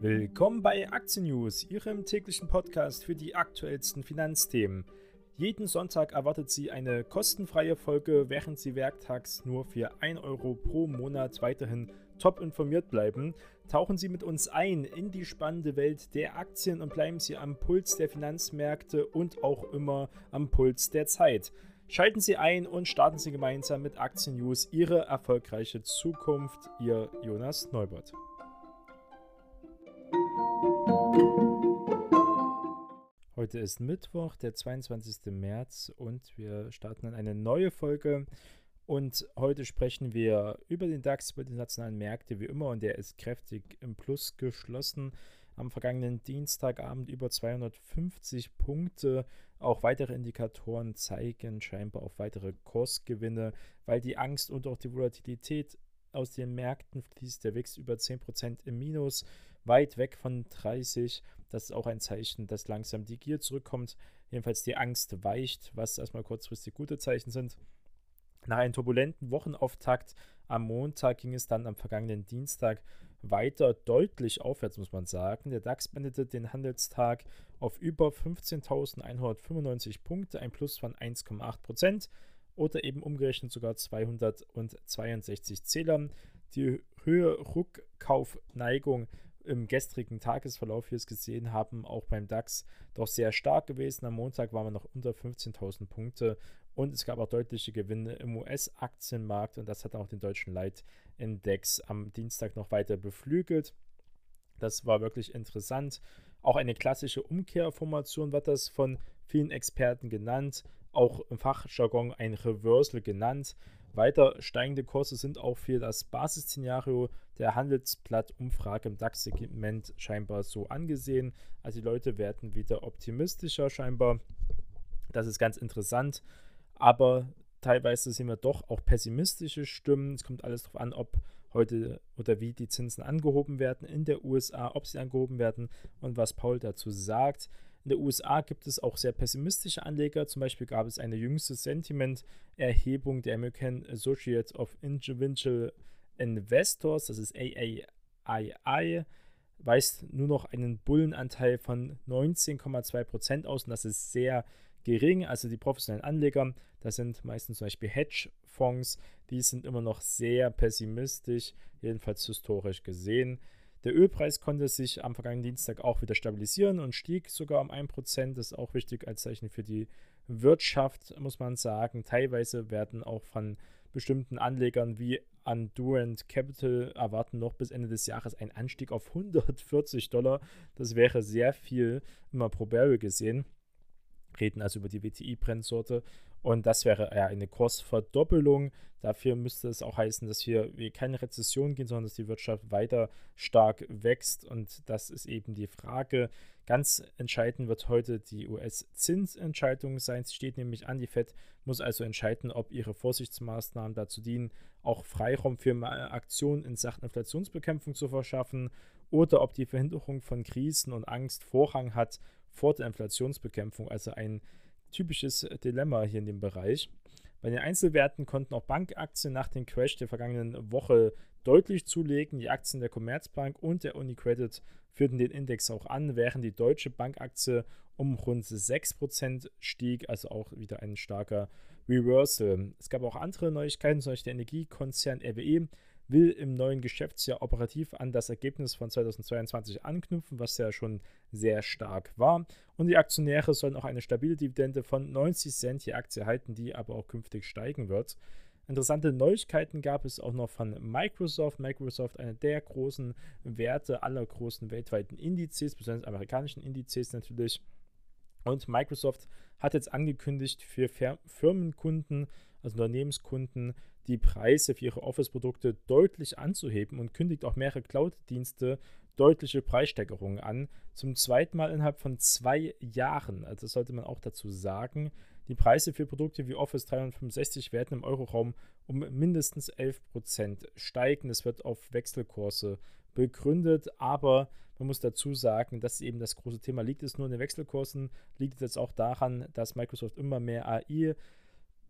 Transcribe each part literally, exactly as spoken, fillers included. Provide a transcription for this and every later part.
Willkommen bei Aktien News, Ihrem täglichen Podcast für die aktuellsten Finanzthemen. Jeden Sonntag erwartet Sie eine kostenfreie Folge, während Sie werktags nur für ein Euro pro Monat weiterhin top informiert bleiben. Tauchen Sie mit uns ein in die spannende Welt der Aktien und bleiben Sie am Puls der Finanzmärkte und auch immer am Puls der Zeit. Schalten Sie ein und starten Sie gemeinsam mit Aktien News Ihre erfolgreiche Zukunft. Ihr Jonas Neubert. Heute ist Mittwoch, der zweiundzwanzigsten März und wir starten in eine neue Folge und heute sprechen wir über den DAX, über die nationalen Märkte wie immer und der ist kräftig im Plus geschlossen. Am vergangenen Dienstagabend über zweihundertfünfzig Punkte. Auch weitere Indikatoren zeigen scheinbar auf weitere Kursgewinne, weil die Angst und auch die Volatilität aus den Märkten fließt. Der W I X über zehn Prozent im Minus, weit weg von dreißig. Das ist auch ein Zeichen, dass langsam die Gier zurückkommt. Jedenfalls die Angst weicht, was erstmal kurzfristig gute Zeichen sind. Nach einem turbulenten Wochenauftakt am Montag ging es dann am vergangenen Dienstag weiter deutlich aufwärts, muss man sagen. Der DAX beendete den Handelstag auf über fünfzehntausendeinhundertfünfundneunzig Punkte, ein Plus von eins Komma acht Prozent oder eben umgerechnet sogar zweihundertzweiundsechzig Zählern. Die höhere Rückkaufneigung im gestrigen Tagesverlauf, wie wir es gesehen haben, auch beim DAX doch sehr stark gewesen. Am Montag waren wir noch unter fünfzehntausend Punkte und es gab auch deutliche Gewinne im U S-Aktienmarkt und das hat auch den deutschen Leitindex am Dienstag noch weiter beflügelt. Das war wirklich interessant. Auch eine klassische Umkehrformation wird das von vielen Experten genannt, auch im Fachjargon ein Reversal genannt. Weiter steigende Kurse sind auch für das Basisszenario der Handelsblatt-Umfrage im DAX-Segment scheinbar so angesehen. Also die Leute werden wieder optimistischer scheinbar. Das ist ganz interessant. Aber teilweise sehen wir doch auch pessimistische Stimmen. Es kommt alles darauf an, ob heute oder wie die Zinsen angehoben werden in der U S A, ob sie angehoben werden und was Paul dazu sagt. In der U S A gibt es auch sehr pessimistische Anleger. Zum Beispiel gab es eine jüngste Sentiment-Erhebung der American Associate of Individual Investors, das ist A A I I, weist nur noch einen Bullenanteil von neunzehn Komma zwei Prozent aus und das ist sehr gering. Also die professionellen Anleger, das sind meistens zum Beispiel Hedgefonds, die sind immer noch sehr pessimistisch, jedenfalls historisch gesehen. Der Ölpreis konnte sich am vergangenen Dienstag auch wieder stabilisieren und stieg sogar um ein Prozent. Das ist auch wichtig als Zeichen für die Wirtschaft, muss man sagen. Teilweise werden auch von bestimmten Anlegern wie Endurance Capital erwarten noch bis Ende des Jahres einen Anstieg auf hundertvierzig Dollar. Das wäre sehr viel immer pro Barrel gesehen. Reden also über die W T I-Brennsorte und das wäre ja eine Kursverdoppelung. Dafür müsste es auch heißen, dass hier wir keine Rezession gehen, sondern dass die Wirtschaft weiter stark wächst und das ist eben die Frage. Ganz entscheidend wird heute die U S-Zinsentscheidung sein. Sie steht nämlich an, die Fed muss also entscheiden, ob ihre Vorsichtsmaßnahmen dazu dienen, auch Freiraum für Aktionen in Sachen Inflationsbekämpfung zu verschaffen oder ob die Verhinderung von Krisen und Angst Vorrang hat vor der Inflationsbekämpfung, also ein typisches Dilemma hier in dem Bereich. Bei den Einzelwerten konnten auch Bankaktien nach dem Crash der vergangenen Woche deutlich zulegen. Die Aktien der Commerzbank und der UniCredit führten den Index auch an, während die Deutsche Bankaktie um rund sechs Prozent stieg, also auch wieder ein starker Reversal. Es gab auch andere Neuigkeiten, zum Beispiel der Energiekonzern R W E will im neuen Geschäftsjahr operativ an das Ergebnis von zweitausendzweiundzwanzig anknüpfen, was ja schon sehr stark war. Und die Aktionäre sollen auch eine stabile Dividende von neunzig Cent je Aktie erhalten, die aber auch künftig steigen wird. Interessante Neuigkeiten gab es auch noch von Microsoft. Microsoft, einer der großen Werte aller großen weltweiten Indizes, besonders amerikanischen Indizes natürlich. Und Microsoft hat jetzt angekündigt, für Firmenkunden, also Unternehmenskunden, die Preise für ihre Office-Produkte deutlich anzuheben und kündigt auch mehrere Cloud-Dienste deutliche Preissteigerungen an. Zum zweiten Mal innerhalb von zwei Jahren. Also das sollte man auch dazu sagen. Die Preise für Produkte wie Office dreihundertfünfundsechzig werden im Euroraum um mindestens elf Prozent steigen. Das wird auf Wechselkurse begründet, aber man muss dazu sagen, dass eben das große Thema liegt es nur in den Wechselkursen, liegt es jetzt auch daran, dass Microsoft immer mehr A I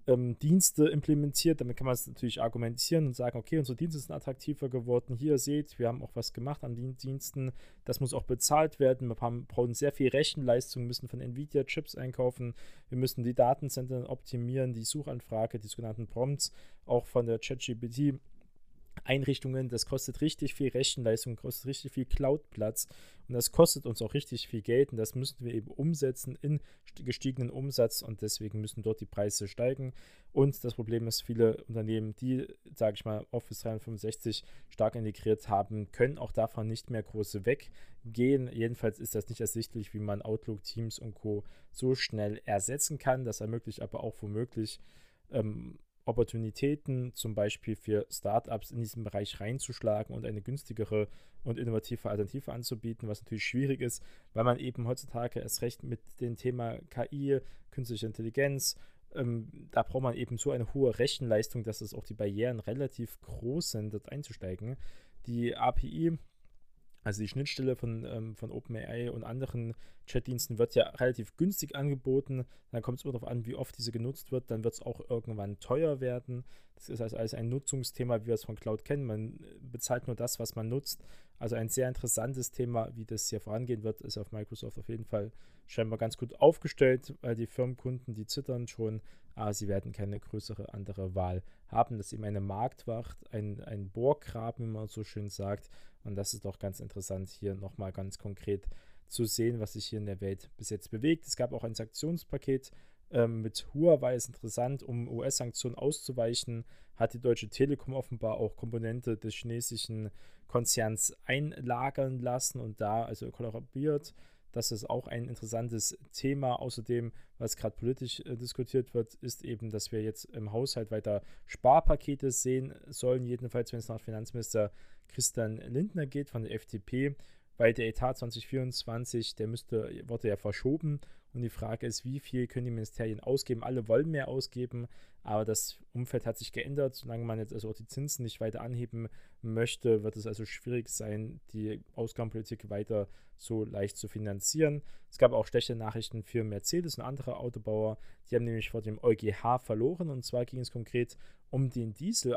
ähm, Dienste implementiert. Damit kann man es natürlich argumentieren und sagen, okay, unsere Dienste sind attraktiver geworden. Hier seht, wir haben auch was gemacht an den Diensten. Das muss auch bezahlt werden. Wir haben, brauchen sehr viel Rechenleistung, müssen von Nvidia Chips einkaufen. Wir müssen die Datencenter optimieren, die Suchanfrage, die sogenannten Prompts, auch von der ChatGPT Einrichtungen, das kostet richtig viel Rechenleistung, kostet richtig viel Cloud-Platz und das kostet uns auch richtig viel Geld und das müssen wir eben umsetzen in gestiegenen Umsatz und deswegen müssen dort die Preise steigen und das Problem ist, viele Unternehmen, die, sage ich mal, Office dreihundertfünfundsechzig stark integriert haben, können auch davon nicht mehr große weggehen. Jedenfalls ist das nicht ersichtlich, wie man Outlook, Teams und Co. so schnell ersetzen kann. Das ermöglicht aber auch womöglich ähm, Opportunitäten, zum Beispiel für Startups in diesem Bereich reinzuschlagen und eine günstigere und innovative Alternative anzubieten, was natürlich schwierig ist, weil man eben heutzutage erst recht mit dem Thema K I, künstliche Intelligenz, ähm, da braucht man eben so eine hohe Rechenleistung, dass es auch die Barrieren relativ groß sind, dort einzusteigen. Die A P I, also die Schnittstelle von, ähm, von OpenAI und anderen Chatdiensten wird ja relativ günstig angeboten. Dann kommt es immer darauf an, wie oft diese genutzt wird. Dann wird es auch irgendwann teuer werden. Das ist also alles ein Nutzungsthema, wie wir es von Cloud kennen. Man bezahlt nur das, was man nutzt. Also ein sehr interessantes Thema, wie das hier vorangehen wird, ist auf Microsoft auf jeden Fall scheinbar ganz gut aufgestellt, weil die Firmenkunden, die zittern schon, aber sie werden keine größere andere Wahl haben. Das ist eben eine Marktwacht, ein, ein Bohrgraben, wie man so schön sagt. Und das ist doch ganz interessant, hier nochmal ganz konkret zu sehen, was sich hier in der Welt bis jetzt bewegt. Es gab auch ein Sanktionspaket ähm, mit Huawei, ist interessant, um U S-Sanktionen auszuweichen, hat die Deutsche Telekom offenbar auch Komponente des chinesischen Konzerns einlagern lassen und da also kollaboriert. Das ist auch ein interessantes Thema. Außerdem, was gerade politisch äh, diskutiert wird, ist eben, dass wir jetzt im Haushalt weiter Sparpakete sehen sollen, jedenfalls wenn es nach Finanzminister Christian Lindner geht von der F D P, weil der Etat zwanzig vierundzwanzig, der müsste, wurde ja verschoben und die Frage ist, wie viel können die Ministerien ausgeben? Alle wollen mehr ausgeben, aber das Umfeld hat sich geändert. Solange man jetzt also auch die Zinsen nicht weiter anheben möchte, wird es also schwierig sein, die Ausgabenpolitik weiter so leicht zu finanzieren. Es gab auch schlechte Nachrichten für Mercedes und andere Autobauer. Die haben nämlich vor dem EuGH verloren und zwar ging es konkret um den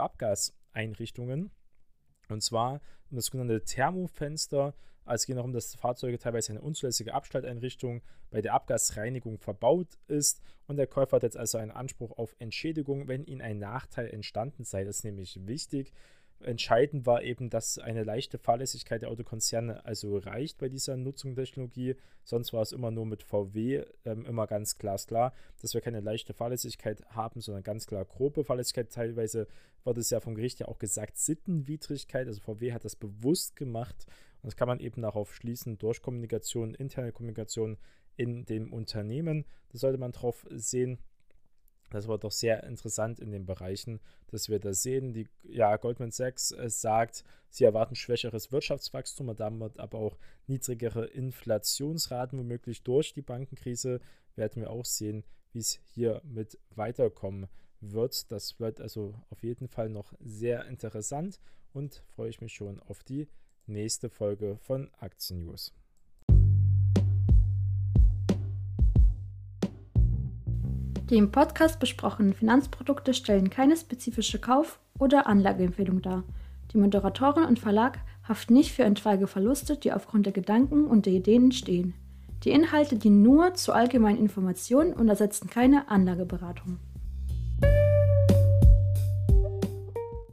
Dieselabgaseinrichtungen. Und zwar um das sogenannte Thermofenster. Also es geht darum, dass Fahrzeuge teilweise eine unzulässige Abschalteinrichtung bei der Abgasreinigung verbaut ist. Und der Käufer hat jetzt also einen Anspruch auf Entschädigung, wenn ihm ein Nachteil entstanden sei. Das ist nämlich wichtig. Entscheidend war eben, dass eine leichte Fahrlässigkeit der Autokonzerne also reicht bei dieser Nutzung der Technologie. Sonst war es immer nur mit V W ähm, immer ganz glasklar, dass wir keine leichte Fahrlässigkeit haben, sondern ganz klar grobe Fahrlässigkeit. Teilweise wurde es ja vom Gericht ja auch gesagt, Sittenwidrigkeit. Also V W hat das bewusst gemacht. Und das kann man eben darauf schließen durch Kommunikation, interne Kommunikation in dem Unternehmen. Da sollte man drauf sehen. Das war doch sehr interessant in den Bereichen, dass wir das sehen. Die, ja, Goldman Sachs äh, sagt, sie erwarten schwächeres Wirtschaftswachstum und damit aber auch niedrigere Inflationsraten, womöglich durch die Bankenkrise. Werden wir auch sehen, wie es hier mit weiterkommen wird. Das wird also auf jeden Fall noch sehr interessant und freue ich mich schon auf die nächste Folge von Aktien News. Die im Podcast besprochenen Finanzprodukte stellen keine spezifische Kauf- oder Anlageempfehlung dar. Die Moderatorin und Verlag haften nicht für etwaige Verluste, die aufgrund der Gedanken und der Ideen entstehen. Die Inhalte dienen nur zur allgemeinen Information und ersetzen keine Anlageberatung.